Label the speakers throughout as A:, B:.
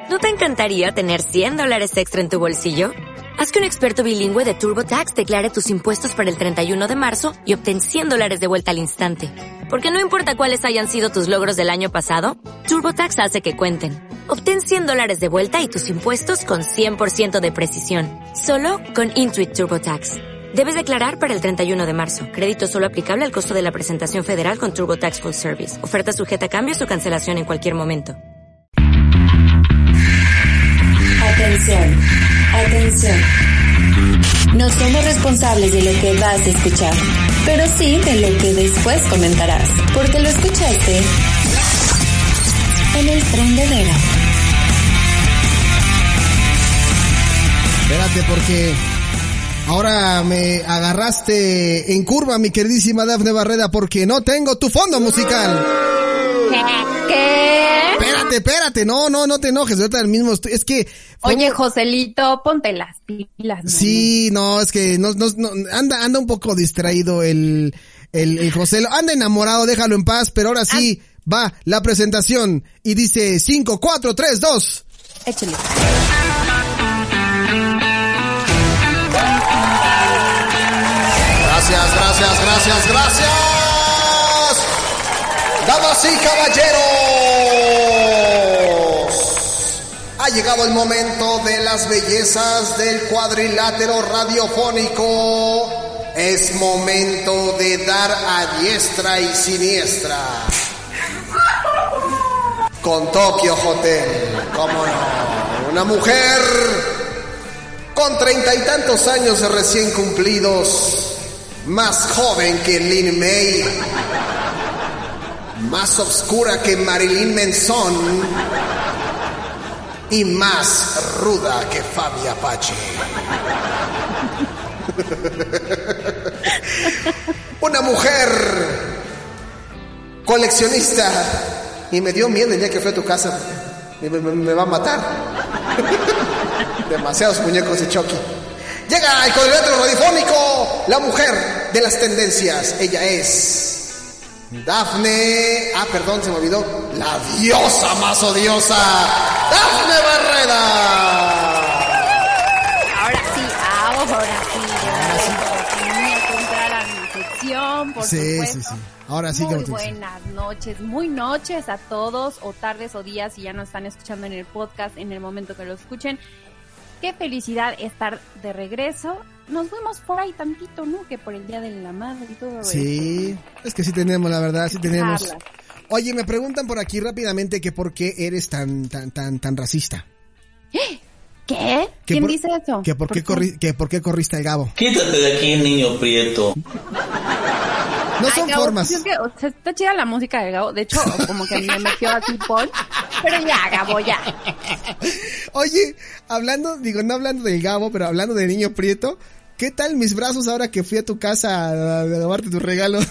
A: ¿No te encantaría tener $100 extra en tu bolsillo? Haz que un experto bilingüe de TurboTax declare tus impuestos para el 31 de marzo y obtén $100 de vuelta al instante. Porque no importa cuáles hayan sido tus logros del año pasado, TurboTax hace que cuenten. Obtén $100 de vuelta y tus impuestos con 100% de precisión. Solo con Intuit TurboTax. Debes declarar para el 31 de marzo. Crédito solo aplicable al costo de la presentación federal con TurboTax Full Service. Oferta sujeta a cambios o cancelación en cualquier momento.
B: Atención, atención. No somos responsables de lo que vas a escuchar, pero sí de lo que después comentarás, porque lo escuchaste en el tren de Vera.
C: Espérate, porque ahora me agarraste en curva, mi queridísima Dafne Barreda, porque no tengo tu fondo musical.
D: ¿Qué?
C: Espérate, no te enojes, ahorita el mismo es que...
D: Oye, Joselito, ponte las pilas.
C: Sí, no, es que no, anda un poco distraído el José, anda enamorado, déjalo en paz, pero ahora sí, va la presentación, y dice 5, 4, 3, 2.
D: Échale.
C: Gracias. Damas y caballeros, ha llegado el momento de las bellezas del cuadrilátero radiofónico. Es momento de dar a diestra y siniestra. Con Tokyo Hotel, cómo no. Una mujer con 30 y tantos años de recién cumplidos, más joven que Lin May, más oscura que Marilyn Manson y más ruda que Fabi Apache. Una mujer coleccionista, y me dio miedo el día que fue a tu casa. Me va a matar. Demasiados muñecos de Chucky. Llega el cuadrilátero radiofónico, la mujer de las tendencias. Ella es Dafne, perdón, se me olvidó, la diosa más odiosa, Dafne Barreda.
D: Ahora sí. Entrar a mi sección, por supuesto.
C: Sí. Ahora sí.
D: Muy buenas noches, muy noches a todos, o tardes o días, si ya nos están escuchando en el podcast, en el momento que lo escuchen. Qué felicidad estar de regreso. Nos fuimos por ahí tantito, ¿no? Que por el Día de la Madre y todo eso.
C: Sí, es que sí tenemos, la verdad, sí tenemos. Oye, me preguntan por aquí rápidamente que por qué eres tan racista.
D: ¿Qué? ¿Quién dice eso?
C: Que por qué corriste al Gabo.
E: Quítate de aquí, niño prieto.
C: No son
D: Gabo,
C: formas.
D: Pues es que, o sea, está chida la música de Gabo. De hecho, como que me metió así Paul. Pero ya, Gabo, ya.
C: Oye, no hablando del Gabo, pero hablando del niño prieto, ¿qué tal mis brazos ahora que fui a tu casa a darte tu regalo?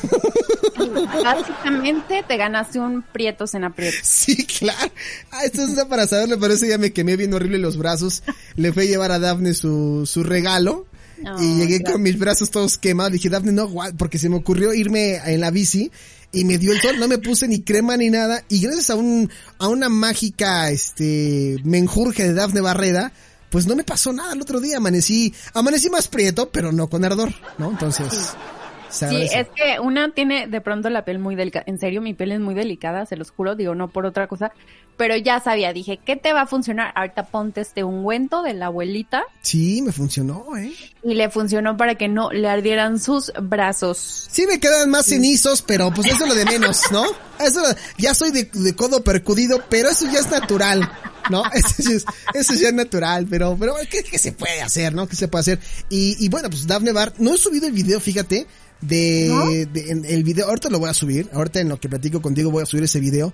D: Básicamente te ganaste un prietos en aprietos.
C: Sí, claro. Esto es para saberlo, pero eso ya me quemé bien horrible los brazos. Le fui a llevar a Dafne su regalo. Y llegué con mis brazos todos quemados. Dije, Dafne, no, porque se me ocurrió irme en la bici y me dio el sol, no me puse ni crema ni nada. Y gracias a una mágica, menjurje de Dafne Barreda, pues no me pasó nada el otro día. Amanecí más prieto, pero no con ardor, ¿no? Entonces... Sí,
D: es que una tiene de pronto la piel muy delicada. En serio, mi piel es muy delicada, se los juro, digo, no por otra cosa. Pero ya sabía, dije, ¿qué te va a funcionar? Ahorita ponte este ungüento de la abuelita.
C: Sí, me funcionó,
D: Y le funcionó para que no le ardieran sus brazos.
C: Sí, me quedan más cenizos, pero pues eso es lo de menos, ¿no? Ya soy de codo percudido, pero eso ya es natural, ¿no? Eso ya es natural, pero ¿qué se puede hacer, no? ¿Qué se puede hacer? Y bueno, pues Dafne no he subido el video, fíjate, en el video, ahorita lo voy a subir, ahorita en lo que platico contigo voy a subir ese video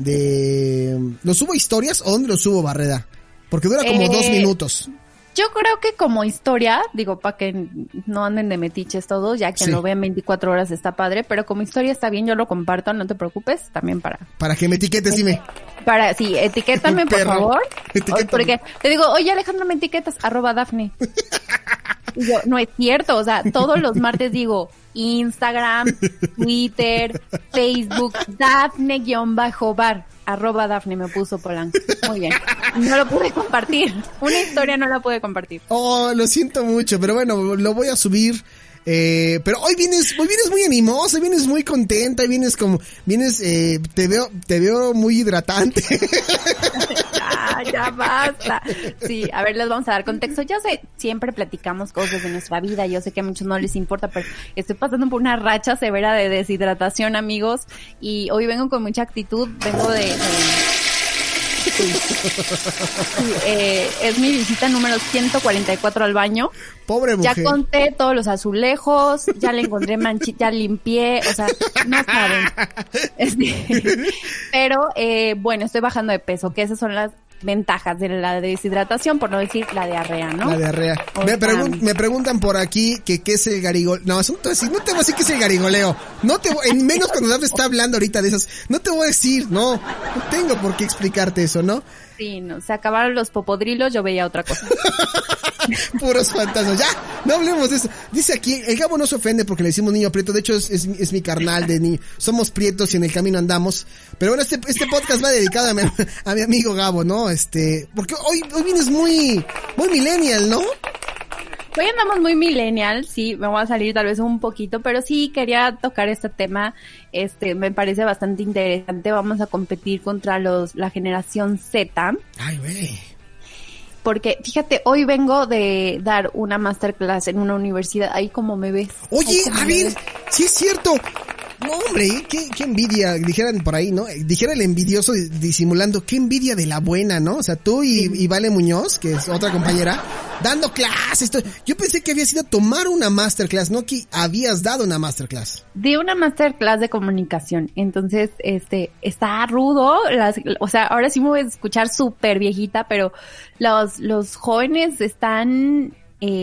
C: ¿lo subo a historias o dónde lo subo, Barreda? Porque dura como 2 minutos.
D: Yo creo que como historia, digo, para que no anden de metiches todos, ya quien lo ve en 24 horas está padre, pero como historia está bien, yo lo comparto, no te preocupes, también para
C: que me etiquetes, dime.
D: Sí, etiquétame, por favor.
C: Etiquétame.
D: Porque te digo, oye, Alejandro, me etiquetas, @Dafne. Y yo, no es cierto, o sea, todos los martes digo Instagram, Twitter, Facebook, Dafne-bar. @Dafne me puso Polanco. Muy bien. No lo pude compartir. Una historia no la pude compartir.
C: Oh, lo siento mucho, pero bueno, lo voy a subir. Pero hoy vienes muy animosa, vienes muy contenta, te veo muy hidratante.
D: Ya basta. Sí, a ver, les vamos a dar contexto. Yo sé, siempre platicamos cosas de nuestra vida, yo sé que a muchos no les importa, pero estoy pasando por una racha severa de deshidratación, amigos, y hoy vengo con mucha actitud, vengo es mi visita número 144 al baño.
C: Pobre mujer.
D: Ya conté todos los azulejos, ya le encontré ya limpié, o sea, no saben. Pero, bueno, estoy bajando de peso, que esas son las ventajas de la deshidratación, por no decir la diarrea, ¿no?
C: La diarrea. Me preguntan por aquí que qué es el garigoleo. No, asunto así, no te voy a decir qué es el garigoleo. En menos cuando Dafne está hablando ahorita de esas. No te voy a decir, no tengo por qué explicarte eso, ¿no?
D: Sí, no, se acabaron los popodrilos, yo veía otra cosa.
C: Puros fantasmas. Ya, no hablemos de eso. Dice aquí, el Gabo no se ofende porque le decimos niño prieto. De hecho, es mi carnal de niño. Somos prietos y en el camino andamos. Pero bueno, este podcast va dedicado a mi amigo Gabo, ¿no? Porque hoy vienes muy millennial, ¿no?
D: Hoy andamos muy millennial, sí, me voy a salir tal vez un poquito, pero sí quería tocar este tema, me parece bastante interesante. Vamos a competir contra la generación Z.
C: Ay, güey.
D: Porque, fíjate, hoy vengo de dar una masterclass en una universidad, ahí como me ves.
C: Oye, a ver, sí es cierto. No, hombre, qué envidia, dijeran por ahí, ¿no? Dijera el envidioso disimulando, qué envidia de la buena, ¿no? O sea, tú y Vale Muñoz, que es otra compañera, dando clases. Yo pensé que habías ido a tomar una masterclass, no que habías dado una masterclass.
D: Di una masterclass de comunicación, entonces, está rudo, o sea, ahora sí me voy a escuchar súper viejita, pero los jóvenes están,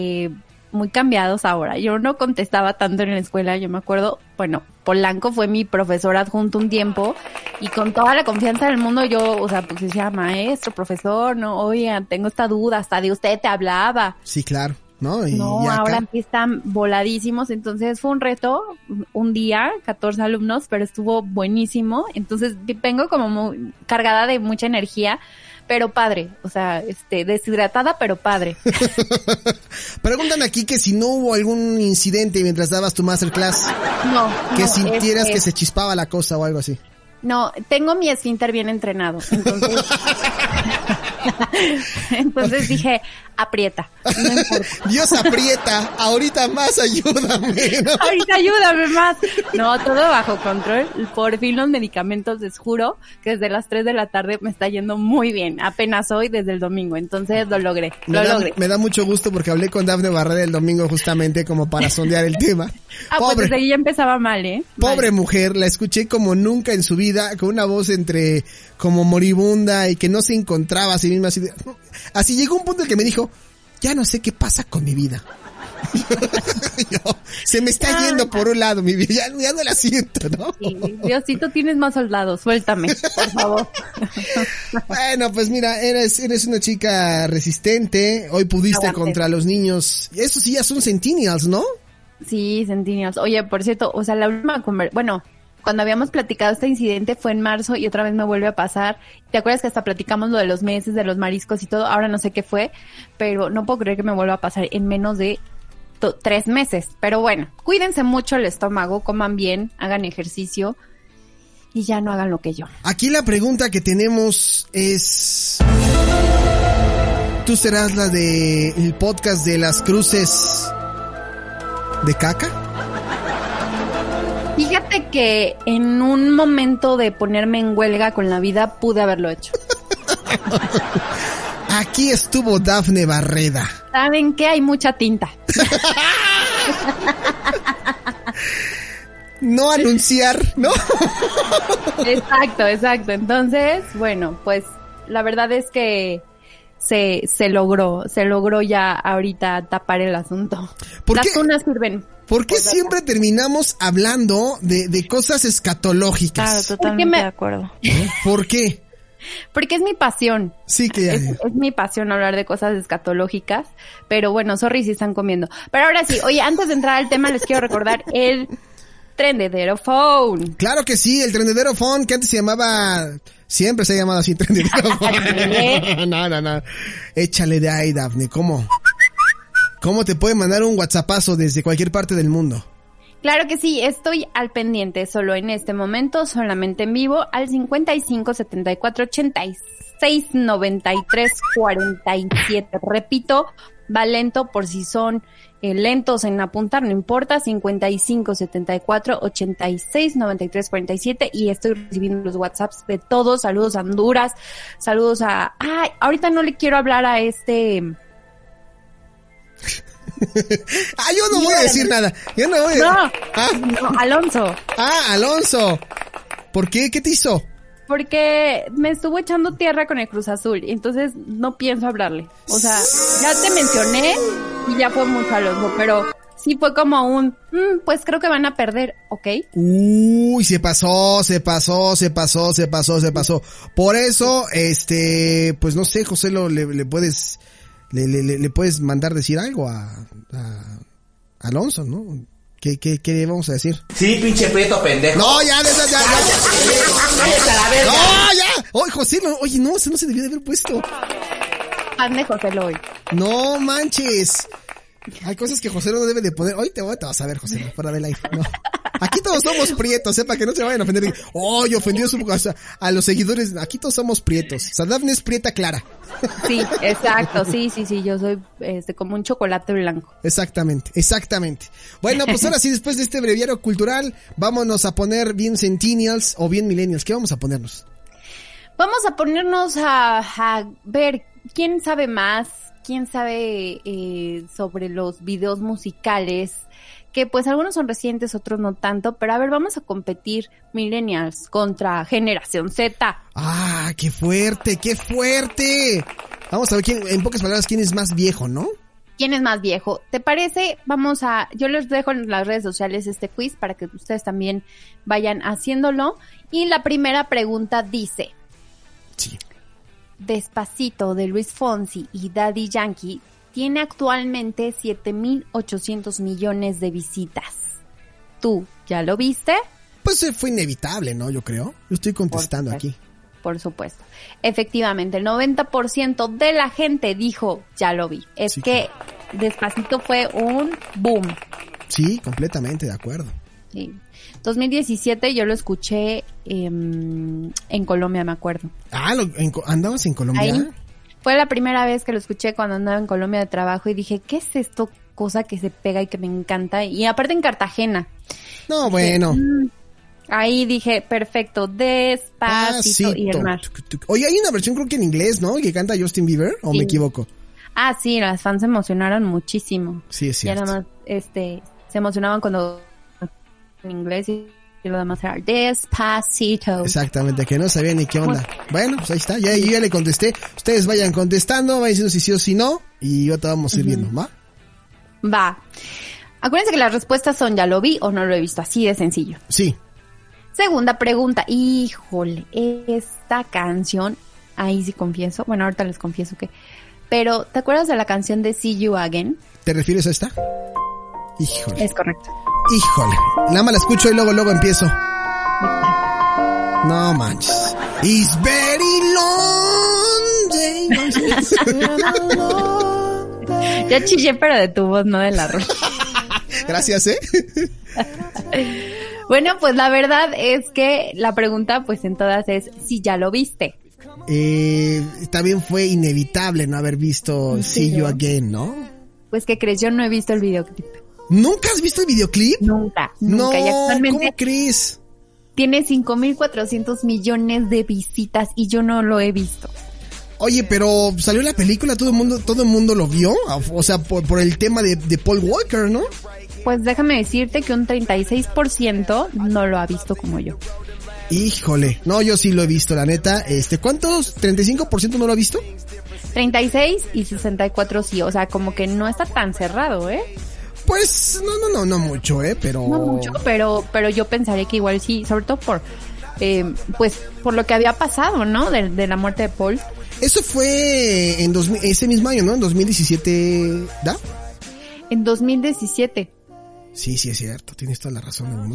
D: muy cambiados ahora. Yo no contestaba tanto en la escuela, yo me acuerdo, bueno, Polanco fue mi profesor adjunto un tiempo y con toda la confianza del mundo yo, o sea, pues decía, maestro, profesor, no, oye, tengo esta duda, hasta de usted te hablaba.
C: Sí, claro, ¿no?
D: Ahora aquí están voladísimos, entonces fue un reto, un día, 14 alumnos, pero estuvo buenísimo, entonces vengo como muy cargada de mucha energía, pero padre, o sea, deshidratada, pero padre.
C: Preguntan aquí que si no hubo algún incidente mientras dabas tu masterclass.
D: No.
C: Que sintieras que se chispaba la cosa o algo así.
D: No, tengo mi esfínter bien entrenado, entonces dije, aprieta, no importa.
C: Dios aprieta, ahorita más ayúdame, ¿no?
D: Ahorita ayúdame más. No, todo bajo control. Por fin los medicamentos, les juro que desde las 3 de la tarde me está yendo muy bien. Apenas hoy desde el domingo, entonces lo logré.
C: Me da mucho gusto porque hablé con Dafne Barrera el domingo justamente como para sondear el tema.
D: Pues desde ahí ya empezaba mal, ¿eh?
C: Pobre mujer, la escuché como nunca en su vida, con una voz entre como moribunda y que no se encontraba a sí misma. Así llegó un punto en que me dijo, ya no sé qué pasa con mi vida. Se me está yendo por un lado mi vida, ya no la siento, ¿no?
D: Sí, Diosito, tienes más soldados, suéltame, por favor.
C: Bueno, pues mira, eres una chica resistente, hoy pudiste
D: Aguante.
C: contra los niños, estos sí ya son centennials, ¿no?
D: Sí, centennials. Oye, por cierto, o sea, la última cuando habíamos platicado este incidente fue en marzo y otra vez me vuelve a pasar. ¿Te acuerdas que hasta platicamos lo de los meses, de los mariscos y todo? Ahora no sé qué fue, pero no puedo creer que me vuelva a pasar en menos de 3 meses. Pero bueno, cuídense mucho el estómago, coman bien, hagan ejercicio y ya no hagan lo que yo.
C: Aquí la pregunta que tenemos es... ¿Tú serás la de el podcast de las cruces de caca?
D: Fíjate que en un momento de ponerme en huelga con la vida pude haberlo hecho.
C: Aquí estuvo Dafne Barrera.
D: ¿Saben qué? Hay mucha tinta.
C: No anunciar, ¿no?
D: Exacto. Entonces, bueno, pues la verdad es que se logró ya ahorita tapar el asunto. Las tunas sirven.
C: ¿Por qué siempre terminamos hablando de cosas escatológicas?
D: Claro, totalmente de acuerdo.
C: ¿Por qué?
D: Porque es mi pasión.
C: Sí, que
D: es mi pasión hablar de cosas escatológicas, pero bueno, sorry si están comiendo. Pero ahora sí, oye, antes de entrar al tema les quiero recordar el Trendedero Phone.
C: Claro que sí, el Trendedero Phone, que antes se llamaba... Siempre se ha llamado así, Trendedero Phone. No. Échale de ahí, Dafne, ¿cómo te puede mandar un WhatsAppazo desde cualquier parte del mundo?
D: Claro que sí, estoy al pendiente solo en este momento, solamente en vivo, al 55 74 86 93 47. Repito, va lento por si son lentos en apuntar, no importa, 55 74 86 93 47, y estoy recibiendo los WhatsApps de todos. Saludos a Honduras, saludos a... Ay, ahorita no le quiero hablar a
C: yo no voy a decir nada. Yo no voy
D: a... No, Alonso.
C: Alonso. ¿Por qué? ¿Qué te hizo?
D: Porque me estuvo echando tierra con el Cruz Azul, entonces no pienso hablarle. O sea, ya te mencioné y ya fue mucho, Alonso, pero sí fue como pues creo que van a perder, ¿ok?
C: Uy, se pasó. Por eso, pues no sé, José, le puedes mandar decir algo a Alonso, ¿no? ¿Qué vamos a decir?
E: Sí, pinche prieto pendejo.
C: No, ya. No, ya. Oye, José, no, eso no se debió de haber puesto.
D: Ande, José, lo hoy.
C: No manches. Hay cosas que José no debe de poner. Hoy te vas a ver, José, fuera del aire. No. Aquí todos somos prietos, para que no se vayan a ofender. Yo ofendí a los seguidores. Aquí todos somos prietos. O sea, Dafne es prieta clara.
D: Sí, exacto. Sí. Yo soy como un chocolate blanco.
C: Exactamente. Bueno, pues ahora sí, después de este breviario cultural, vámonos a poner bien centennials o bien millennials. ¿Qué vamos a ponernos?
D: Vamos a ponernos a ver quién sabe más, quién sabe sobre los videos musicales, que pues algunos son recientes, otros no tanto, pero a ver, vamos a competir millennials contra generación Z.
C: ¡Ah, qué fuerte! Vamos a ver en pocas palabras, quién es más viejo, ¿no?
D: ¿Quién es más viejo? ¿Te parece? Yo les dejo en las redes sociales este quiz para que ustedes también vayan haciéndolo. Y la primera pregunta dice...
C: Sí.
D: Despacito de Luis Fonsi y Daddy Yankee tiene actualmente 7,800 millones de visitas. ¿Tú ya lo viste?
C: Pues fue inevitable, ¿no? Yo creo. Yo estoy contestando aquí.
D: Por supuesto. Efectivamente, el 90% de la gente dijo, ya lo vi. Es sí, que Despacito fue un boom.
C: Sí, completamente de acuerdo.
D: Sí. 2017 yo lo escuché en Colombia, me acuerdo.
C: ¿Andabas en Colombia?
D: Ahí fue la primera vez que lo escuché cuando andaba en Colombia de trabajo y dije, ¿qué es esto? Cosa que se pega y que me encanta. Y aparte en Cartagena.
C: No, bueno.
D: Ahí dije, perfecto, Despacito y el mar.
C: Oye, hay una versión creo que en inglés, ¿no? Que canta Justin Bieber, ¿o me equivoco?
D: Ah, sí, las fans se emocionaron muchísimo.
C: Sí, es cierto.
D: Y además, se emocionaban cuando en inglés y lo demás era Despacito.
C: Exactamente, que no sabía ni qué onda. Bueno, pues ahí está, yo ya le contesté. Ustedes vayan contestando, vayan diciendo si sí o si no, y yo te vamos a ir viendo, ¿va?
D: Va. Acuérdense que las respuestas son ya lo vi o no lo he visto, así de sencillo.
C: Sí.
D: Segunda pregunta, híjole, esta canción, ahí sí confieso, bueno, ahorita les confieso que, pero ¿te acuerdas de la canción de See You Again?
C: ¿Te refieres a esta? Híjole.
D: Es correcto.
C: Híjole, nada más la escucho y luego empiezo. No manches. It's very long day.
D: Ya chillé, pero de tu voz, no de la rola.
C: Gracias,
D: Bueno, pues la verdad es que la pregunta, pues en todas es si ya lo viste.
C: También fue inevitable no haber visto See You Again, ¿no?
D: Pues ¿qué crees? Yo no he visto el videoclip.
C: ¿Nunca has visto el videoclip?
D: Nunca.
C: No,
D: y actualmente
C: ¿cómo crees?
D: Tiene 5,400 millones de visitas y yo no lo he visto.
C: Oye, pero salió la película, todo el mundo lo vio, o sea, por el tema de Paul Walker, ¿no?
D: Pues déjame decirte que un 36% no lo ha visto como yo.
C: Híjole, no, yo sí lo he visto, la neta. ¿Cuántos? ¿35% no lo ha visto?
D: 36 y 64 sí, o sea, como que no está tan cerrado, ¿eh?
C: Pues no mucho, pero...
D: No mucho, pero yo pensaría que igual sí, sobre todo por lo que había pasado, ¿no? De la muerte de Paul.
C: Eso fue ese mismo año, ¿no? En 2017, ¿da?
D: En 2017.
C: Sí, es cierto, tienes toda la razón del mundo.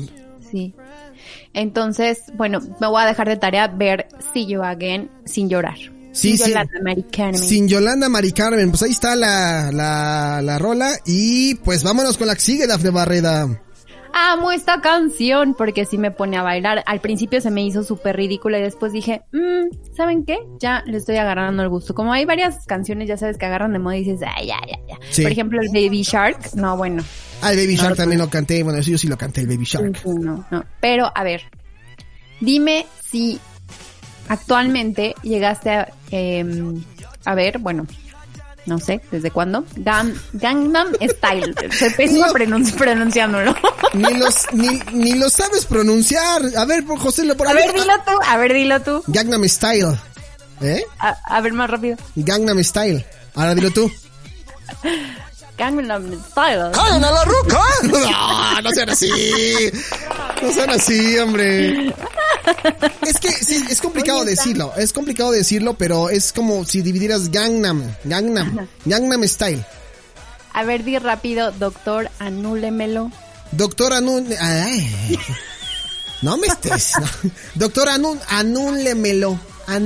D: Sí. Entonces, bueno, me voy a dejar de tarea ver See You Again sin llorar.
C: Sí,
D: sin Yolanda Mari Carmen.
C: Sin Yolanda Mari Carmen. Pues ahí está la rola. Y pues vámonos con la que sigue, Dafne Barreda.
D: Amo esta canción porque sí me pone a bailar. Al principio se me hizo súper ridícula y después dije, ¿saben qué? Ya le estoy agarrando el gusto. Como hay varias canciones, ya sabes, que agarran de moda y dices, ay, ya. Sí. Por ejemplo, el Baby Shark. No, bueno.
C: El Baby Shark también lo canté. Bueno, yo sí lo canté, el Baby Shark.
D: No. Pero, a ver, dime si actualmente llegaste a ver, bueno, no sé, ¿desde cuándo? Gangnam Style. Soy pésima pronunciándolo.
C: Ni lo sabes pronunciar. A ver, José,
D: a ver, dilo tú.
C: Gangnam Style.
D: A ver, más rápido.
C: Gangnam Style. Ahora dilo tú.
D: Gangnam Style.
C: ¡Caen a la ruca! No sean así. No sean así, hombre. Es que sí, es complicado decirlo. Es complicado decirlo, pero es como si dividieras Gangnam Style.
D: A ver, di rápido, doctor, anúlemelo.
C: Doctor, ay. No me estés. No. Doctor, anúlemelo.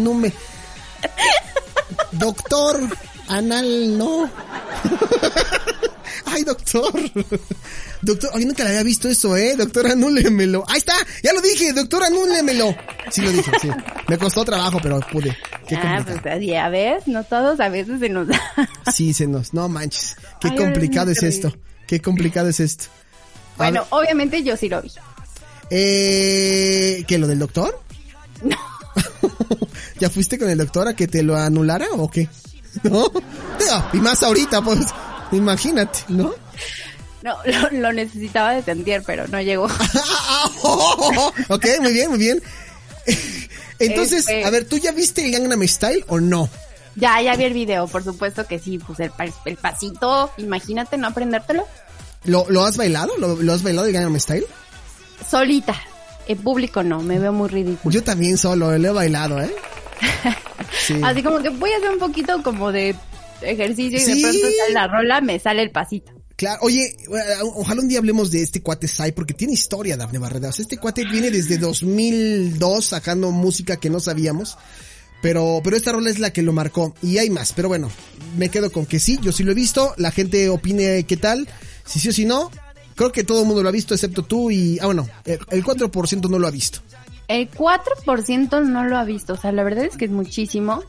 C: Doctor, anal, no. Ay, doctor, yo nunca le había visto eso, doctor, anúlemelo. Ahí está, ya lo dije, doctor, anúlemelo. Sí lo dije, sí. Me costó trabajo, pero pude.
D: Pues ya ves, no todos a veces se nos da.
C: Sí, no manches. Qué complicado es esto.
D: Bueno, obviamente yo sí lo vi.
C: ¿Qué, lo del doctor?
D: No.
C: ¿Ya fuiste con el doctor a que te lo anulara o qué? ¿No? Y más ahorita, pues, imagínate, ¿no?
D: No, lo necesitaba de sentir, pero no llegó.
C: Ok, muy bien. Entonces, a ver, ¿tú ya viste el Gangnam Style o no?
D: Ya vi el video, por supuesto que sí, pues el pasito, imagínate no aprendértelo.
C: ¿Lo has bailado? ¿Lo has bailado el Gangnam Style?
D: Solita, en público no, me veo muy ridículo.
C: Yo también solo, lo he bailado, Sí.
D: Así como que voy a hacer un poquito como de ejercicio y de pronto sale la rola, me sale el pasito.
C: Claro, oye, ojalá un día hablemos de este cuate Psy, porque tiene historia, Dafne Barreda. O sea, este cuate viene desde 2002 sacando música que no sabíamos, pero esta rola es la que lo marcó. Y hay más, pero bueno, me quedo con que sí, yo sí lo he visto. La gente opine qué tal, si sí o si no. Creo que todo el mundo lo ha visto, excepto tú y... el 4% no lo ha visto.
D: El 4% no lo ha visto, o sea, la verdad es que es muchísimo.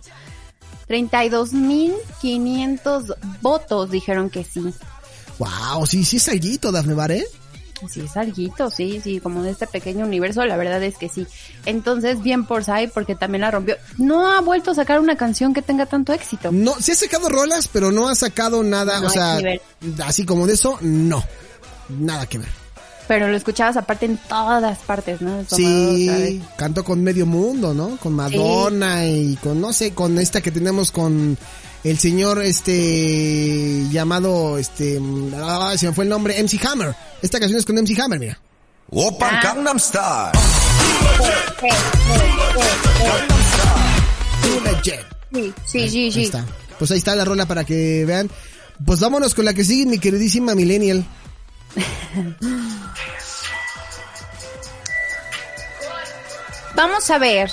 D: 32,500 votos dijeron que sí.
C: Wow, sí es alguito, Dafne Bar,
D: Sí es alguito, sí, como de este pequeño universo, la verdad es que sí. Entonces, bien por Psy, porque también la rompió. No ha vuelto a sacar una canción que tenga tanto éxito.
C: No, sí ha sacado rolas, pero no ha sacado nada, no, o sea, así como de eso, no, nada que ver.
D: Pero lo escuchabas aparte en todas partes, ¿no?
C: Sí, canto con medio mundo, ¿no? Con Madonna y con, no sé, con esta que tenemos con el señor, llamado, se me fue el nombre, MC Hammer. Esta canción es con MC Hammer, mira.
F: Opa Gangnam Style.
D: Sí.
C: Ahí está. Pues ahí está la rola para que vean. Pues vámonos con la que sigue, mi queridísima Millennial.
D: Vamos a ver.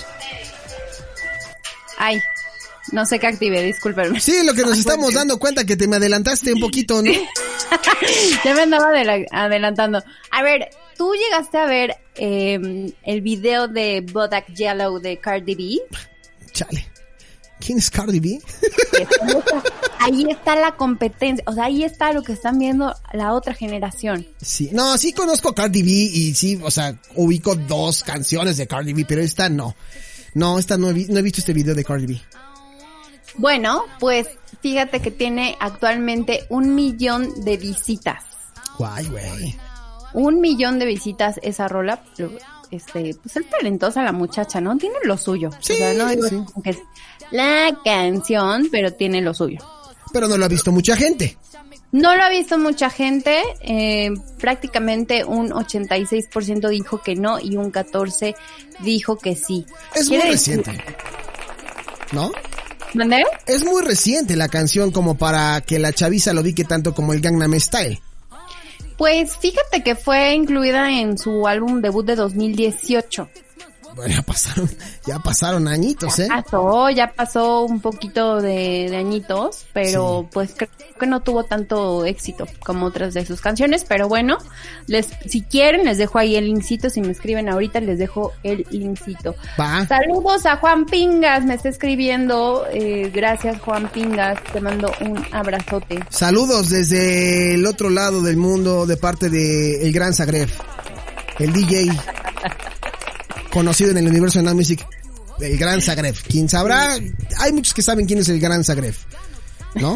D: Ay, no sé qué activé, discúlpenme.
C: Sí, lo que nos estamos dando cuenta que te me adelantaste un poquito, ¿no?
D: Ya me andaba adelantando. A ver, ¿tú llegaste a ver el video de Bodak Yellow de Cardi B?
C: Chale. ¿Quién es Cardi B?
D: Ahí está la competencia, o sea, ahí está lo que están viendo la otra generación.
C: Sí, no, sí conozco a Cardi B y sí, o sea, ubico 2 canciones de Cardi B, pero esta no. No, esta no he visto este video de Cardi B.
D: Bueno, pues fíjate que tiene actualmente 1 millón de visitas.
C: Guay, güey.
D: 1 millón de visitas esa rola. Pues es talentosa la muchacha, ¿no? Tiene lo suyo.
C: Sí,
D: o sea, no digo
C: sí.
D: que es la canción, pero tiene lo suyo.
C: Pero no lo ha visto mucha gente.
D: No lo ha visto mucha gente. Prácticamente un 86% dijo que no y un 14% dijo que sí.
C: Es muy reciente, ¿no?
D: ¿Mandé?
C: Es muy reciente la canción como para que la chaviza lo dique tanto como el Gangnam Style.
D: Pues fíjate que fue incluida en su álbum debut de 2018. Fue incluida en su álbum debut de 2018.
C: Bueno, ya pasaron añitos,
D: Ya pasó un poquito de añitos, pero sí, pues creo que no tuvo tanto éxito como otras de sus canciones, pero bueno, si quieren les dejo ahí el linkcito, si me escriben ahorita les dejo el linkcito. Saludos a Juan Pingas, me está escribiendo, gracias Juan Pingas, te mando un abrazote.
C: Saludos desde el otro lado del mundo de parte de el Gran Zagreb, el DJ conocido en el universo de Now Music, el Gran Zagreb. ¿Quién sabrá? Hay muchos que saben quién es el Gran Zagreb, ¿no?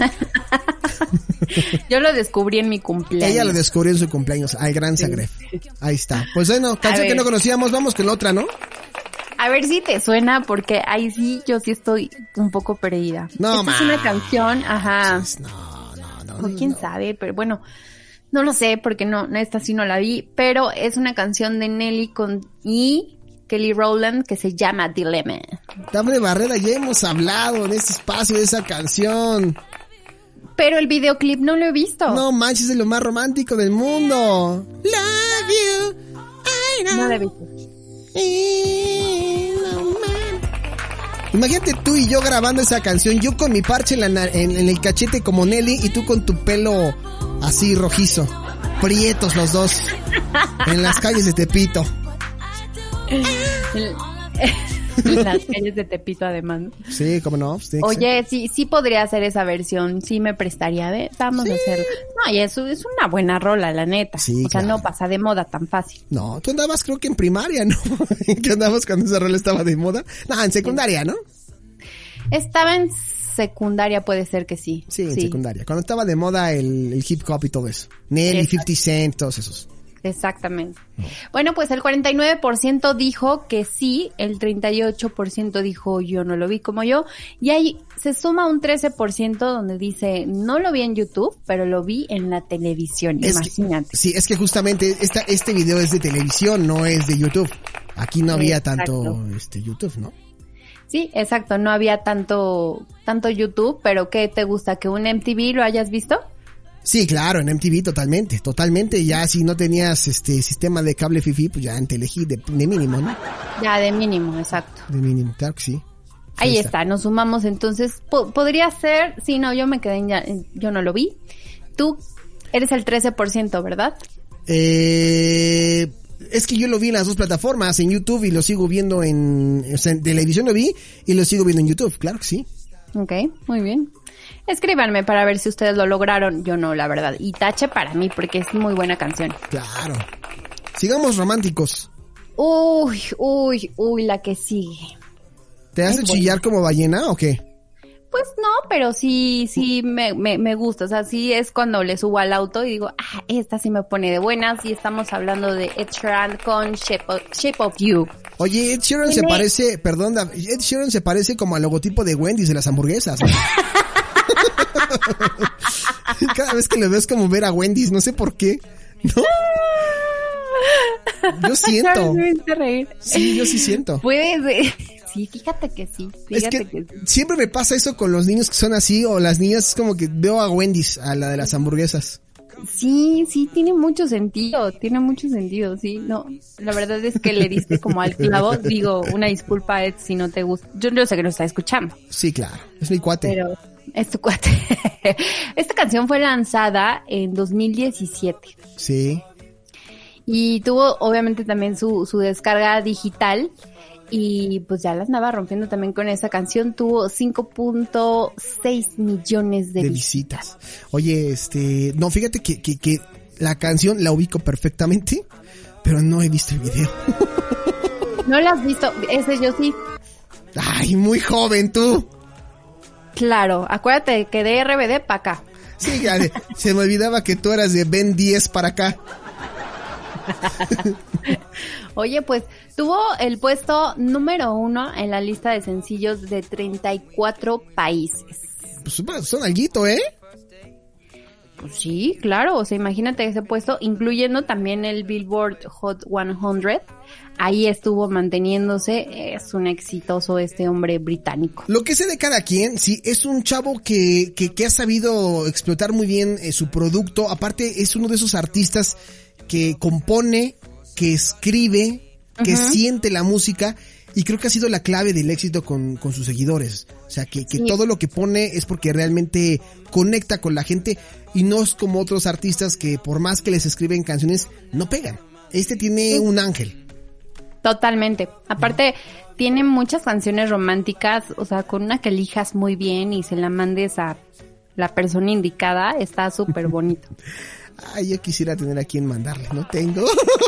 D: Yo lo descubrí en mi cumpleaños.
C: Ella lo descubrió en su cumpleaños, al Gran Zagreb. Ahí está. Pues bueno, canción que no conocíamos, vamos con la otra, ¿no?
D: A ver si te suena, porque ahí sí, yo sí estoy un poco perdida.
C: No,
D: es una canción, ajá.
C: No.
D: ¿Quién sabe? Pero bueno, no lo sé, porque no, esta sí no la vi, pero es una canción de Nelly y Kelly Rowland que se llama Dilemma.
C: Dafne Barrera, ya hemos hablado en este espacio de esa canción.
D: Pero el videoclip no lo he visto.
C: No manches, es lo más romántico del mundo. Love you, I know.
D: No lo he visto.
C: Imagínate tú y yo grabando esa canción, yo con mi parche en el cachete como Nelly y tú con tu pelo así rojizo, prietos los dos, en las calles de Tepito.
D: Las calles de Tepito además.
C: Sí, cómo no. Sí,
D: oye, sí podría hacer esa versión, sí me prestaría, vamos a hacerlo. No, y eso es una buena rola, la neta.
C: Sí,
D: o sea, no pasa de moda tan fácil.
C: No, tú andabas creo que en primaria, ¿no? ¿Qué andabas cuando esa rola estaba de moda? No, en secundaria, ¿no?
D: Estaba en secundaria, puede ser que sí.
C: Sí, en secundaria. Cuando estaba de moda el hip hop y todo eso. Nelly, 50 Cent, todos esos.
D: Exactamente. Bueno, pues el 49% dijo que sí, el 38% dijo yo no lo vi como yo, y ahí se suma un 13% donde dice no lo vi en YouTube, pero lo vi en la televisión, imagínate.
C: Es que justamente este video es de televisión, no es de YouTube. Aquí no había tanto YouTube, ¿no?
D: Sí, exacto, no había tanto YouTube, pero ¿qué te gusta? ¿Que un MTV lo hayas visto?
C: Sí, claro, en MTV totalmente, ya si no tenías sistema de cable fifi, pues ya en Telehit de mínimo, ¿no?
D: Ya, de mínimo, exacto.
C: De mínimo, claro que sí.
D: Ahí está, nos sumamos entonces, podría ser, sí, no, yo me quedé yo no lo vi. Tú eres el 13%, ¿verdad?
C: Es que yo lo vi en las dos plataformas, en YouTube y lo sigo viendo en televisión lo vi y lo sigo viendo en YouTube, claro que sí.
D: Ok, muy bien. Escríbanme para ver si ustedes lo lograron. Yo no, la verdad. Y tache para mí, porque es muy buena canción.
C: Claro. Sigamos románticos.
D: Uy, la que sigue.
C: ¿Te hace chillar como ballena o qué?
D: Pues no, pero sí me gusta. O sea, sí es cuando le subo al auto y digo, esta sí me pone de buenas. Y estamos hablando de Ed Sheeran con Shape of You.
C: Oye, Ed Sheeran se parece como al logotipo de Wendy's de las hamburguesas. Cada vez que lo veo es como ver a Wendy's, no sé por qué, ¿no? Yo siento. Sí, yo sí siento.
D: Puede. Sí, fíjate que sí.
C: Es que siempre me pasa eso con los niños que son así, o las niñas, es como que veo a Wendy's, a la de las hamburguesas.
D: Sí, tiene mucho sentido, sí, no, la verdad es que le diste como al clavo, digo, una disculpa Ed si no te gusta, yo sé que no está escuchando.
C: Sí, claro, es mi cuate.
D: Pero es tu cuate. Esta canción fue lanzada en 2017.
C: Sí.
D: Y tuvo obviamente también su descarga digital. Y pues ya la andaba rompiendo también con esa canción. Tuvo 5.6 millones de visitas.
C: Oye, no, fíjate que la canción la ubico perfectamente, pero no he visto el video.
D: ¿No la has visto? Ese yo sí.
C: Ay, muy joven tú.
D: Claro, acuérdate que de RBD para acá.
C: Sí, se me olvidaba que tú eras de Ben 10 para acá.
D: Oye, pues tuvo el puesto número 1 en la lista de sencillos de 34 países.
C: Pues son alguito, ¿eh?
D: Pues sí, claro, o sea, imagínate ese puesto, incluyendo también el Billboard Hot 100, ahí estuvo manteniéndose, es un exitoso este hombre británico.
C: Lo que sé de cada quien, sí, es un chavo que ha sabido explotar muy bien su producto, aparte es uno de esos artistas que compone, que escribe, que siente la música, y creo que ha sido la clave del éxito con sus seguidores. O sea, que sí, todo lo que pone es porque realmente conecta con la gente y no es como otros artistas que por más que les escriben canciones, no pegan. Este tiene un ángel.
D: Totalmente. Aparte, tiene muchas canciones románticas, o sea, con una que elijas muy bien y se la mandes a la persona indicada, está súper bonito.
C: Ay, yo quisiera tener a quien mandarle, no tengo.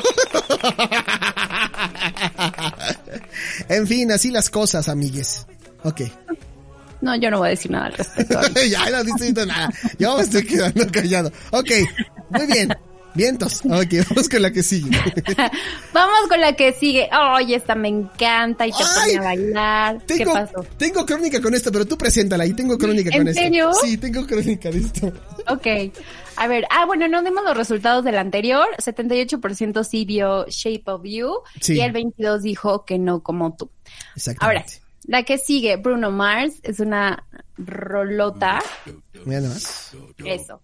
C: En fin, así las cosas, amigues. Ok.
D: No, yo no voy a decir nada al respecto.
C: Ya no estoy diciendo nada. Yo me estoy quedando callado. Ok, muy bien. Vientos. Ok, vamos con la que sigue.
D: Vamos con la que sigue. Ay, esta me encanta y te pone a bailar. ¿Qué pasó?
C: Tengo crónica con esto, pero tú preséntala y tengo crónica con esto.
D: ¿En serio?
C: Sí, tengo crónica de esto.
D: Ok. A ver, bueno, no dimos los resultados del anterior. 78% sí vio Shape of You, sí, y el 22% dijo que no como tú.
C: Exactamente.
D: Ahora, la que sigue, Bruno Mars, es una rolota.
C: Mira nada más.
D: Eso.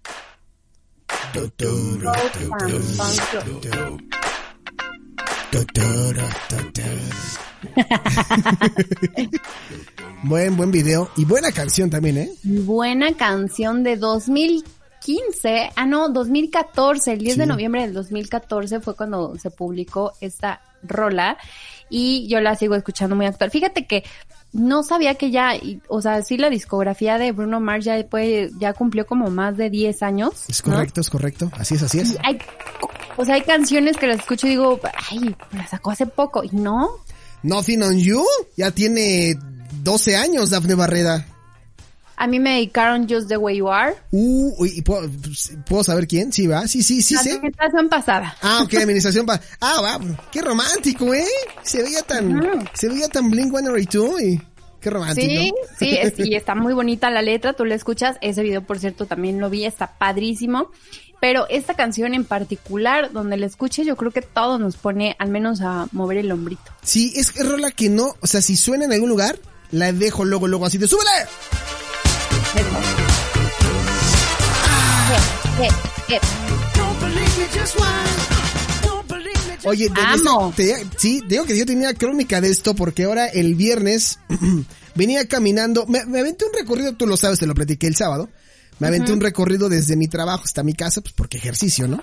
D: Buen video y buena canción también, ¿eh? Buena canción de 2015, 2014, el 10 de noviembre del 2014 fue cuando se publicó esta rola y yo la sigo escuchando muy actual. Fíjate que no sabía que ya, o sea, sí, la discografía de Bruno Mars ya cumplió como más de 10 años. Es correcto, ¿no? Es correcto, así es. Hay canciones que las escucho y digo, ay, la sacó hace poco, y no. Nothing on You ya tiene 12 años, Dafne Barrera. A mí me dedicaron Just the Way You Are. ¿Puedo saber quién? Sí, va. Sí, sé. Administración pasada. Ok, administración pasada. Va, qué romántico, ¿eh? Se veía tan Blink-182 y qué romántico. Sí, y está muy bonita la letra, tú la escuchas. Ese video, por cierto, también lo vi, está padrísimo. Pero esta canción en particular, donde la escuche, yo creo que todo nos pone al menos a mover el hombrito. Sí, es que rola que no, o sea, si suena en algún lugar, la dejo luego así de ¡súbele! Oye, te digo que yo tenía crónica de esto porque ahora el viernes venía caminando, me aventé un recorrido, tú lo sabes, te lo platiqué el sábado, me aventé un recorrido desde mi trabajo hasta mi casa, pues porque ejercicio, ¿no?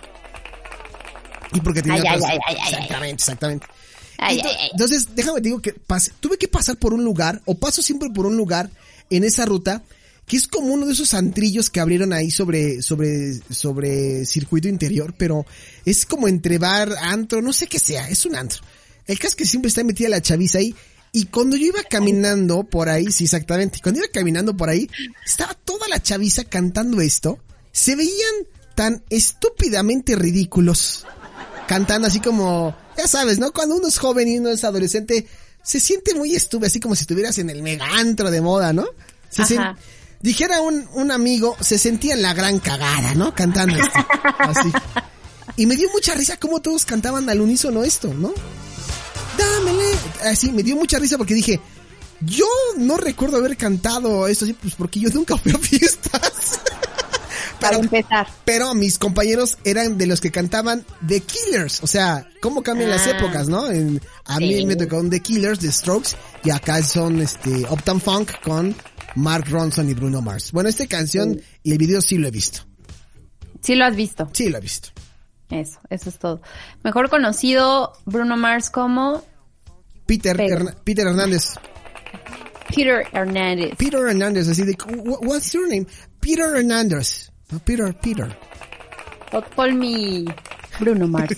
D: Y porque tenía Exactamente. Entonces, déjame te digo que tuve que pasar por un lugar, o paso siempre por un lugar en esa ruta, que es como uno de esos antrillos que abrieron ahí sobre circuito interior, pero es como entre bar, antro, no sé qué sea, es un antro. El caso es que siempre está metida la chaviza ahí, y cuando yo iba caminando por ahí, sí, exactamente, cuando iba caminando por ahí, estaba toda la chaviza cantando esto, se veían tan estúpidamente ridículos, cantando así como, ya sabes, ¿no? Cuando uno es joven y uno es adolescente, se siente muy estúpido, así como si estuvieras en el mega antro de moda, ¿no? Dijera un amigo, se sentía en la gran cagada, ¿no? Cantando esto, así. Y me dio mucha risa cómo todos cantaban al unísono esto, ¿no? Dámele. Así, me dio mucha risa porque dije, yo no recuerdo haber cantado esto así, pues porque yo nunca fui a fiestas. Para empezar. Pero mis compañeros eran de los que cantaban The Killers, o sea, cómo cambian las épocas, ¿no? A mí me tocó The Killers, The Strokes, y acá son Uptown Funk con Mark Ronson y Bruno Mars. Bueno, esta canción y el video sí lo he visto. ¿Sí lo has visto? Sí lo he visto. Eso es todo. Mejor conocido Bruno Mars como Peter Hernández. Peter Hernández, así de, what's your name? Peter Hernández. No, Peter. Call me Bruno Mars.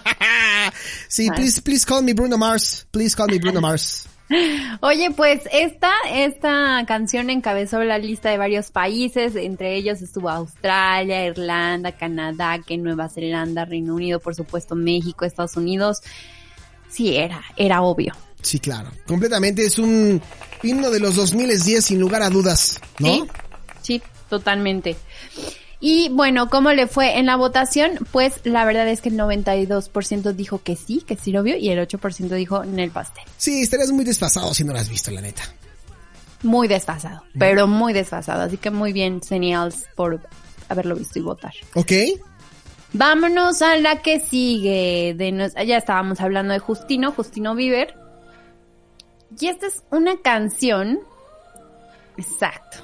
D: Sí, please call me Bruno Mars. Please call me Bruno Mars. Oye, pues esta canción encabezó la lista de varios países, entre ellos estuvo Australia, Irlanda, Canadá, Nueva Zelanda, Reino Unido, por supuesto México, Estados Unidos. Sí, era obvio. Sí, claro, completamente, es un himno de los 2010 sin lugar a dudas, ¿no? Sí, totalmente. Y bueno, ¿cómo le fue en la votación? Pues la verdad es que el 92% dijo que sí lo vio y el 8% dijo en el pastel.
C: Sí, estarías muy desfasado si no lo has visto, la neta.
D: Muy desfasado, pero muy desfasado. Así que muy bien, Senials, por haberlo visto y votar.
C: Ok.
D: Vámonos a la que sigue. Ya estábamos hablando de Justino Bieber. Y esta es una canción. Exacto.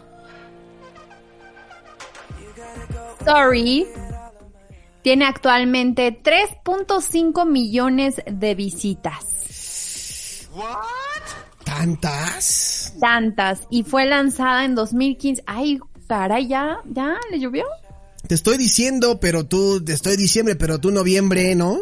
D: Sorry. Tiene actualmente 3.5 millones de visitas. ¿Tantas? Y fue lanzada en 2015. Ay, caray, ¿ya le llovió?
C: Te estoy diciendo, diciembre, pero tú noviembre, ¿no?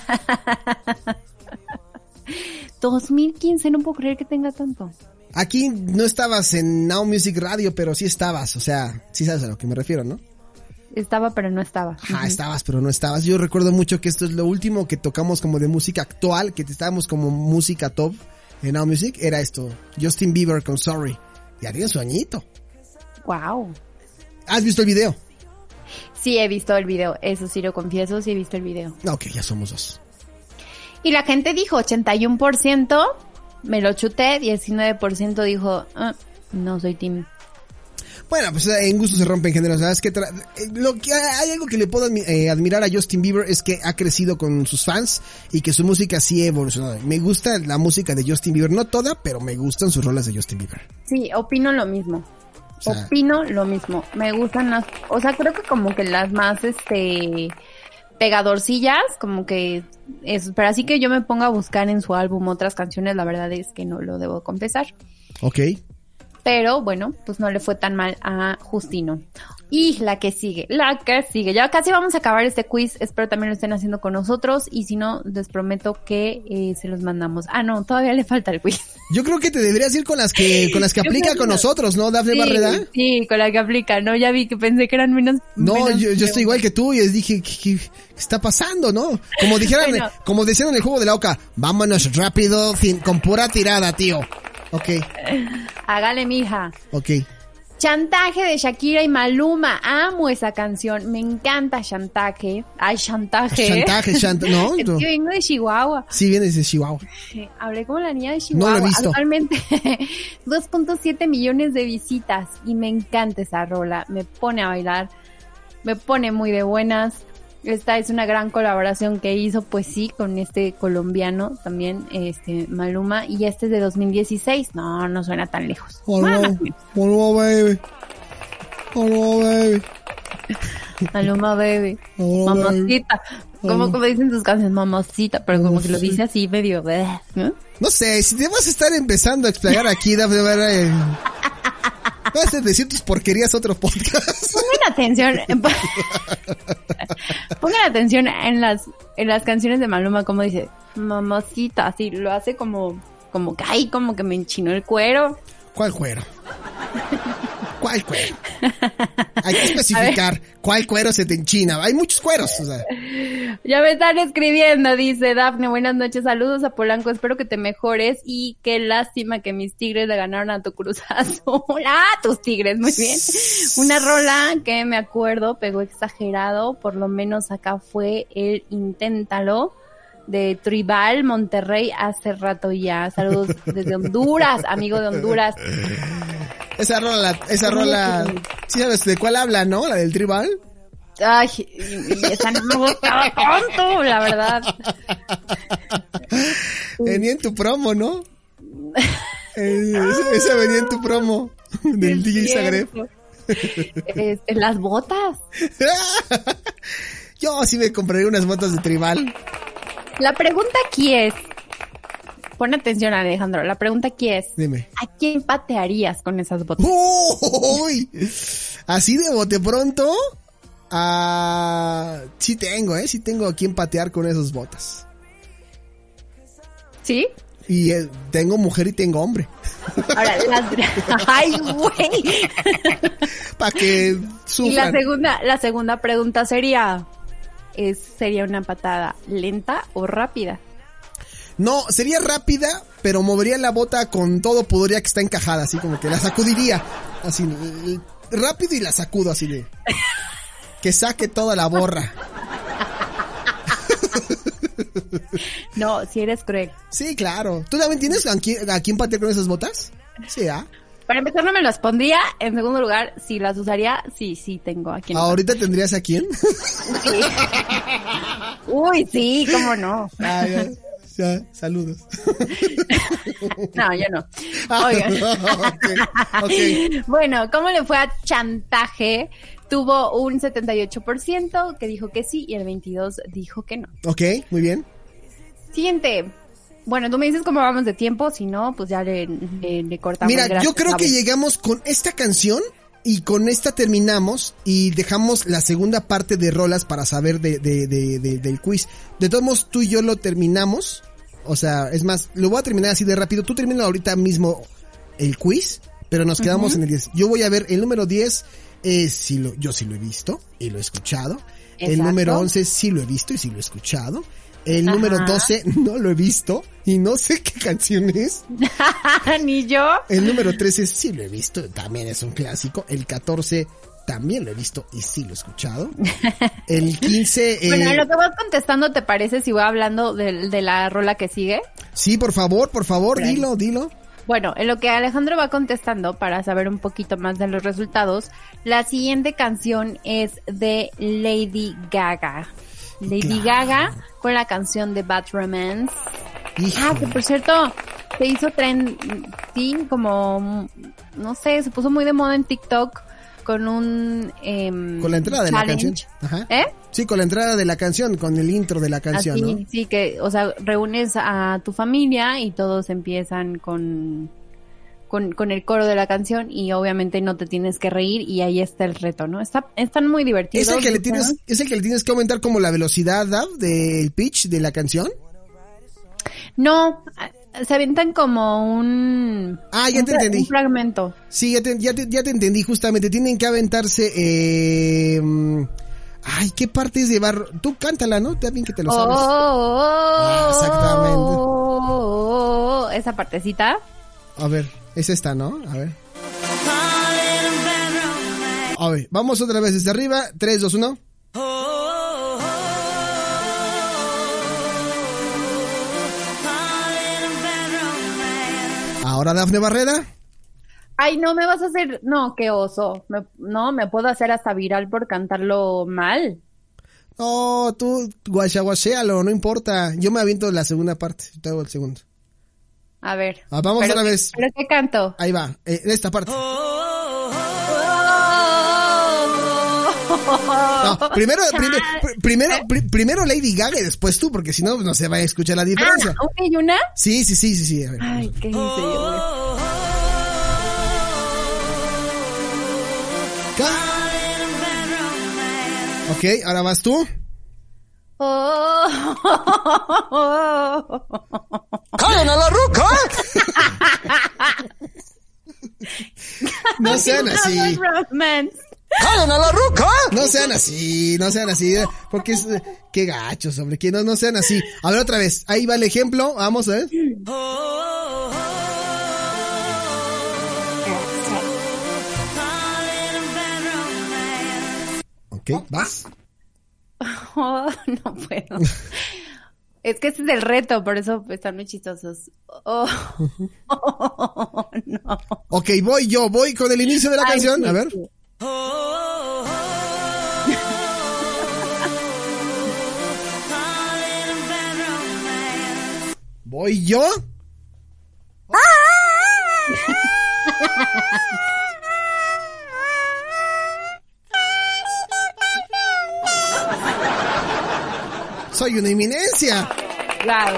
D: 2015, no puedo creer que tenga tanto.
C: Aquí no estabas en Now Music Radio, pero sí estabas, o sea, sí sabes a lo que me refiero, ¿no?
D: Estaba, pero no estaba.
C: Ajá, estabas, pero no estabas. Yo recuerdo mucho que esto es lo último que tocamos como de música actual, que estábamos como música top en Now Music, era esto, Justin Bieber con Sorry. Ya tiene su añito.
D: Wow.
C: ¿Has visto el video?
D: Sí, he visto el video, eso sí lo confieso, sí he visto el video.
C: Ok, ya somos dos.
D: Y la gente dijo 81%, me lo chuté, 19% dijo, no soy team.
C: Bueno, pues en gusto se rompen géneros, ¿sabes? Hay algo que le puedo admirar a Justin Bieber es que ha crecido con sus fans y que su música sí ha evolucionado. Me gusta la música de Justin Bieber, no toda, pero me gustan sus rolas de Justin Bieber.
D: Sí, opino lo mismo. Me gustan creo que como que las más, pegadorcillas, como que eso, pero así que yo me pongo a buscar en su álbum otras canciones, la verdad es que no lo debo confesar.
C: Ok.
D: Pero bueno, pues no le fue tan mal a Justino. Y la que sigue. Ya casi vamos a acabar este quiz. Espero también lo estén haciendo con nosotros. Y si no, les prometo que se los mandamos. Ah, no, todavía le falta el quiz.
C: Yo creo que te deberías ir con las que aplica con nosotros, ¿no, Dafne Barreda?
D: Sí, con la que aplica, ¿no? Ya vi que pensé que eran menos.
C: No, yo estoy igual que tú y les dije, ¿qué está pasando, no? Como dijeron, bueno, como decían en el juego de la Oca, vámonos rápido, con pura tirada, tío. Ok.
D: Hágale, mija.
C: Ok.
D: Chantaje de Shakira y Maluma. Amo esa canción. Me encanta Chantaje. Ay, Chantaje.
C: No.
D: Es que vengo de Chihuahua.
C: Sí, vienes de Chihuahua.
D: Hablé como la niña de Chihuahua.
C: No lo he visto.
D: Actualmente 2.7 millones de visitas. Y me encanta esa rola. Me pone a bailar. Me pone muy de buenas. Esta es una gran colaboración que hizo, pues sí, con este colombiano también, Maluma, y este es de 2016. No suena tan lejos.
C: Maluma, baby.
D: Maluma, baby. Mamacita. Como dicen sus canciones, mamacita, pero como que lo dice así medio, ¿no?
C: No sé, si te vas a estar empezando a explayar aquí, vas a decir tus porquerías a otro podcast. Pongan atención en las canciones de Maluma, como dice, mamacita, así lo hace como que ay, como que me enchinó el cuero. ¿Cuál cuero? Hay que especificar cuál cuero se te enchina. Hay muchos cueros, o sea.
D: Ya me están escribiendo, dice Dafne, buenas noches, saludos a Polanco, espero que te mejores y qué lástima que mis Tigres le ganaron a tu Cruz Azul. Tus Tigres, muy bien. Una rola que me acuerdo, pegó exagerado, por lo menos acá fue el Inténtalo de Tribal Monterrey hace rato ya. Saludos desde Honduras, amigo de Honduras.
C: Esa rola, ¿sí sabes de cuál habla, no? ¿La del Tribal?
D: Ay, esa no me gustaba tanto, la verdad.
C: Venía en tu promo, ¿no? Esa venía en tu promo del DJ Zagreb.
D: Las botas.
C: Yo sí me compraría unas botas de Tribal.
D: La pregunta aquí es, pon atención, Alejandro, la pregunta aquí es,
C: dime,
D: ¿a quién patearías con esas botas?
C: ¡Uy! Así de bote pronto, sí tengo a quién patear con esas botas.
D: ¿Sí?
C: Y tengo mujer y tengo hombre.
D: Ahora, ¡ay, güey!
C: Para que sufran.
D: Y la segunda pregunta sería una patada lenta o rápida.
C: No, sería rápida, pero movería la bota con todo, podría que está encajada, así como que la sacudiría, así rápido y la sacudo así de. Que saque toda la borra.
D: No, si eres cruel.
C: Sí, claro. ¿Tú también tienes a quién patear con esas botas? Sí, ¿ah?
D: Para empezar, no me las pondría. En segundo lugar, si las usaría, sí tengo a quien.
C: ¿Ahorita tendrías a quién?
D: Sí. Uy, sí, cómo no.
C: Ya, saludos.
D: No, yo no. Oigan.
C: Okay.
D: Bueno, ¿cómo le fue a Chantaje? Tuvo un 78% que dijo que sí y el 22% dijo que no.
C: Ok, muy bien.
D: Siguiente. Bueno, tú me dices cómo vamos de tiempo, si no, pues ya le cortamos.
C: Mira,
D: Gracias,
C: yo creo
D: Gabo.
C: que llegamos con esta canción y con esta terminamos y dejamos la segunda parte de rolas para saber del quiz. De todos modos, tú y yo lo terminamos. O sea, es más, lo voy a terminar así de rápido. Tú terminas ahorita mismo el quiz, pero nos quedamos en el 10. Yo voy a ver el número 10, yo sí lo he visto y lo he escuchado.
D: Exacto.
C: El número 11 sí lo he visto y sí lo he escuchado. El número 12 no lo he visto y no sé qué canción es.
D: Ni yo.
C: El número 13 sí lo he visto, también es un clásico. El 14 también lo he visto y sí lo he escuchado. El 15...
D: Bueno, en lo que vas contestando, ¿te parece si voy hablando de la rola que sigue?
C: Sí, por favor,
D: Right.
C: dilo.
D: Bueno, en lo que Alejandro va contestando, para saber un poquito más de los resultados, la siguiente canción es de Lady Gaga. Lady Gaga con la canción de Bad Romance.
C: Hijo.
D: Que por cierto, se hizo trending como, no sé, se puso muy de moda en TikTok con un
C: con la entrada
D: challenge.
C: de la canción. Ajá.
D: ¿Eh?
C: Sí, con la entrada de la canción, con el intro de la canción,
D: Así,
C: ¿no?
D: sí, que, o sea, reúnes a tu familia y todos empiezan con el coro de la canción y obviamente no te tienes que reír y ahí está el reto, ¿no? Están muy divertidos.
C: ¿Es el que le tienes que aumentar como la velocidad, Dav, del pitch de la canción?
D: No, se avientan como un...
C: Ya te entendí.
D: Un fragmento.
C: Sí, ya te entendí, justamente. Tienen que aventarse... ¿qué parte es de barro? Tú cántala, ¿no? También que te lo sabes. Exactamente.
D: Esa partecita.
C: A ver, es esta, ¿no? A ver, vamos otra vez desde arriba. 3, 2, 1. Ahora Dafne Barrera.
D: Ay, no me vas a hacer... No, qué oso. Me puedo hacer hasta viral por cantarlo mal.
C: No, tú guachaguachéalo, no importa. Yo me aviento la segunda parte. Te hago el segundo.
D: A ver.
C: Vamos otra vez.
D: ¿Pero qué canto?
C: Ahí va, esta parte. No, primero Lady Gaga y después tú, porque si no, no se va a escuchar la diferencia.
D: ¿Ok, y una?
C: Sí. A ver.
D: Ay, ¿qué hice yo?
C: Ok, ahora vas tú.
F: ¡Caen a la ruca!
C: No sean así.
F: ¡Caen a la ruca!
C: No sean así, porque es... Qué gachos, hombre, que no sean así. A ver, otra vez, ahí va el ejemplo, vamos a ver. Ok, vas.
D: No puedo. Es que ese es el reto, por eso están muy chistosos. No.
C: Ok, voy con el inicio de la canción,
D: sí,
C: a ver.
D: Sí.
C: ¿Voy yo? Soy una eminencia.
D: Claro.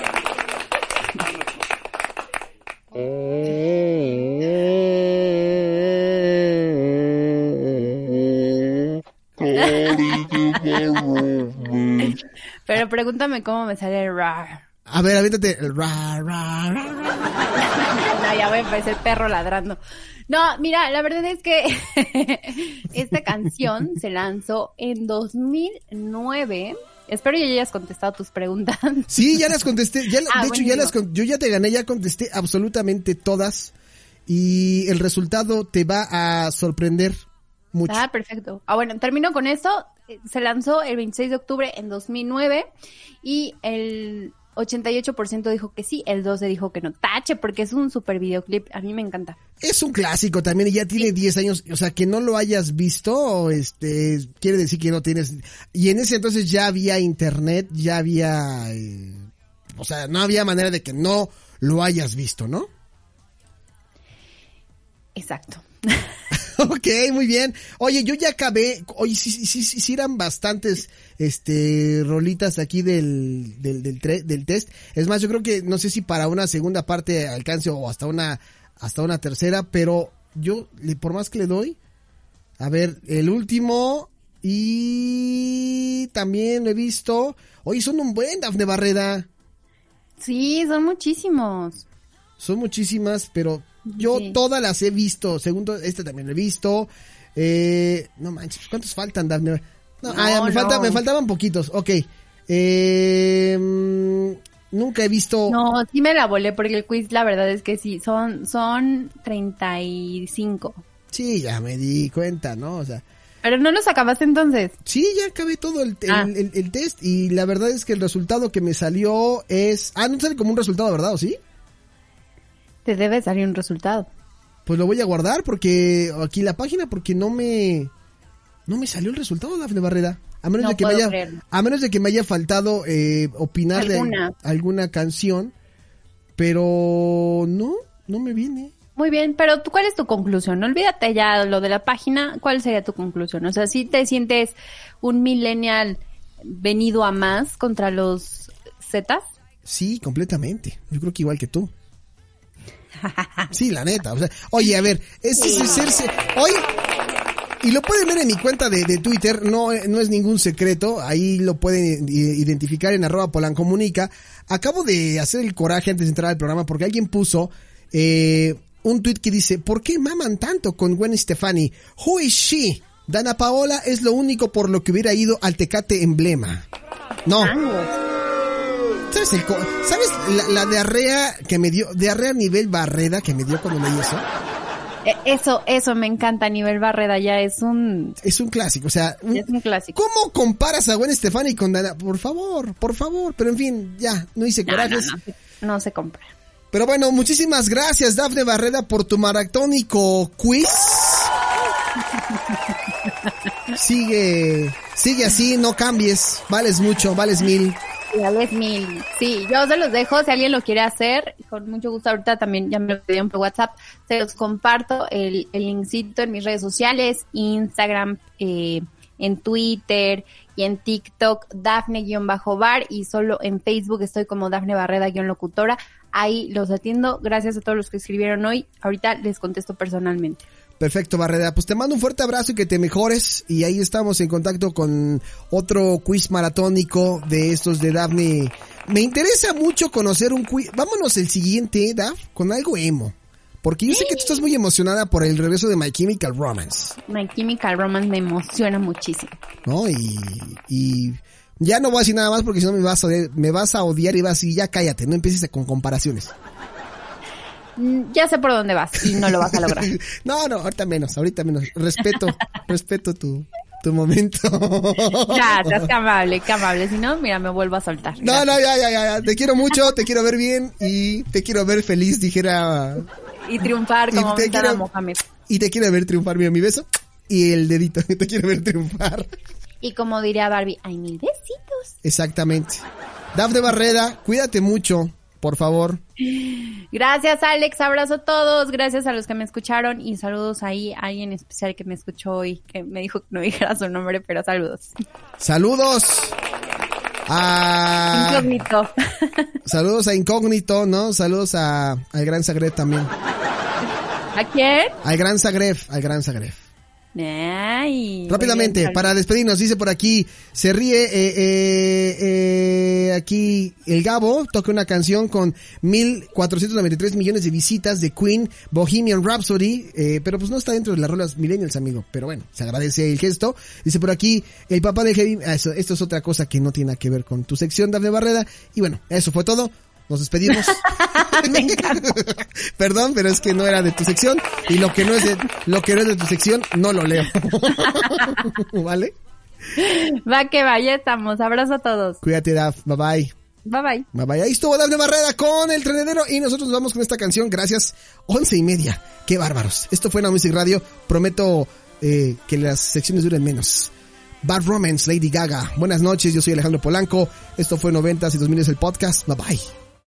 D: Pero pregúntame cómo me sale el rar.
C: A ver, aviéntate el rar, rar, rar.
D: No, ya voy a empezar el perro ladrando. No, mira, la verdad es que esta canción se lanzó en 2009. Espero que ya hayas contestado tus preguntas.
C: Sí, ya las contesté. De hecho, yo ya te gané, ya contesté absolutamente todas. Y el resultado te va a sorprender. mucho.
D: Ah, perfecto. Bueno, termino con esto. Se lanzó el 26 de octubre en 2009 y el 88% dijo que sí, el 12% dijo que no. Tache, porque es un super videoclip. A mí me encanta.
C: Es un clásico también y ya tiene 10 años. O sea, que no lo hayas visto, quiere decir que no tienes... Y en ese entonces ya había internet, ya había... o sea, no había manera de que no lo hayas visto, ¿no?
D: Exacto.
C: Ok, muy bien. Oye, yo ya acabé. Oye, sí eran bastantes, rolitas aquí del test. Es más, yo creo que no sé si para una segunda parte alcance o hasta una tercera, pero yo, por más que le doy, a ver, el último y también lo he visto. Oye, son un buen, Dafne Barreda.
D: Sí, son muchísimos.
C: Son muchísimas, pero yo todas las he visto. Segundo, también lo he visto. No manches, ¿cuántos faltan, Dafne? Me faltaban poquitos. Ok. Nunca he visto...
D: No, sí me la volé porque el quiz, la verdad es que sí, son 35.
C: Sí, ya me di cuenta, ¿no? O sea...
D: ¿Pero no los acabaste entonces?
C: Sí, ya acabé todo el test y la verdad es que el resultado que me salió es... no sale como un resultado, ¿verdad? ¿O sí?
D: Te debe salir un resultado.
C: Pues lo voy a guardar porque aquí la página, porque no me salió el resultado, Dafne Barreda. A menos de que me haya faltado opinar de alguna canción, pero no me viene.
D: Muy bien, pero ¿cuál es tu conclusión? Olvídate ya lo de la página, ¿cuál sería tu conclusión? O sea, ¿sí te sientes un millennial venido a más contra los Zetas?
C: Sí, completamente. Yo creo que igual que tú. Sí, la neta. O sea, oye, a ver, hoy, y lo pueden ver en mi cuenta de Twitter, no es ningún secreto, ahí lo pueden identificar en @polancomunica. Acabo de hacer el coraje antes de entrar al programa porque alguien puso un tweet que dice, ¿por qué maman tanto con Gwen Stefani? Who is she? Dana Paola es lo único por lo que hubiera ido al Tecate Emblema. No. ¿Sabes la diarrea que me dio, diarrea a nivel Barreda que me dio cuando leí eso?
D: Eso me encanta, nivel Barreda, ya es un
C: clásico, o sea,
D: es un clásico.
C: ¿Cómo comparas a Gwen Stefani con Dana? Por favor, pero en fin, ya, no hice corajes.
D: No se compra.
C: Pero bueno, muchísimas gracias, Dafne Barreda, por tu maratónico quiz. Sigue así, no cambies, vales mucho, vales 1000.
D: Vales 1000. Sí, yo se los dejo, si alguien lo quiere hacer, con mucho gusto. Ahorita también ya me lo pidieron por WhatsApp, se los comparto el linkcito en mis redes sociales, Instagram, en Twitter y en TikTok, Dafne-bar, y solo en Facebook estoy como Dafne Barreda-locutora. Ahí los atiendo. Gracias a todos los que escribieron hoy. Ahorita les contesto personalmente.
C: Perfecto, Barreda. Pues te mando un fuerte abrazo y que te mejores. Y ahí estamos en contacto con otro quiz maratónico de estos de Dafne. Me interesa mucho conocer un quiz. Vámonos el siguiente, Daf, con algo emo. Porque yo sé que tú estás muy emocionada por el regreso de My Chemical Romance.
D: My Chemical Romance me emociona muchísimo.
C: ¿No? Y ya no voy a decir nada más porque si no me vas a odiar y vas a decir, ya cállate, no empieces con comparaciones.
D: Ya sé por dónde vas y no lo vas a lograr.
C: No, ahorita menos. Respeto tu momento.
D: Gracias, qué amable. Si no, mira, me vuelvo a soltar.
C: Gracias. No, ya. Te quiero mucho, te quiero ver bien y te quiero ver feliz, dijera.
D: Y triunfar como Mentara Mohamed.
C: Y te quiero ver triunfar, mira, mi beso y el dedito, te quiero ver triunfar.
D: Y como diría Barbie, hay 1000 besitos.
C: Exactamente. Dafne Barreda, cuídate mucho, por favor.
D: Gracias, Alex, abrazo a todos, gracias a los que me escucharon y saludos ahí a alguien especial que me escuchó hoy, que me dijo que no dijera su nombre, pero saludos.
C: Saludos a
D: Incógnito.
C: Saludos a Incógnito, ¿no? Saludos al Gran Zagreb también.
D: ¿A quién?
C: Al Gran Zagreb.
D: Ay,
C: rápidamente,
D: bien,
C: para despedirnos, dice por aquí, se ríe aquí el Gabo, toca una canción con 1,493 millones de visitas de Queen, Bohemian Rhapsody, pero pues no está dentro de las rolas millennials, amigo, pero bueno, se agradece el gesto. Dice por aquí, el papá de Heavy, esto es otra cosa que no tiene nada que ver con tu sección, Dafne Barreda, y bueno, eso fue todo. Nos despedimos.
D: Me encanta.
C: Perdón, pero es que no era de tu sección y lo que no es de tu sección no lo leo. ¿Vale?
D: Va que va, ya estamos. Abrazo a todos.
C: Cuídate, Daf. Bye bye.
D: Bye bye.
C: Bye bye. Ahí estuvo Dafne Barrera con El Trenedero y nosotros nos vamos con esta canción. Gracias. 11:30. Qué bárbaros. Esto fue Now Music Radio. Prometo que las secciones duren menos. Bad Romance, Lady Gaga. Buenas noches, yo soy Alejandro Polanco. Esto fue 90s y 2000s el podcast. Bye bye.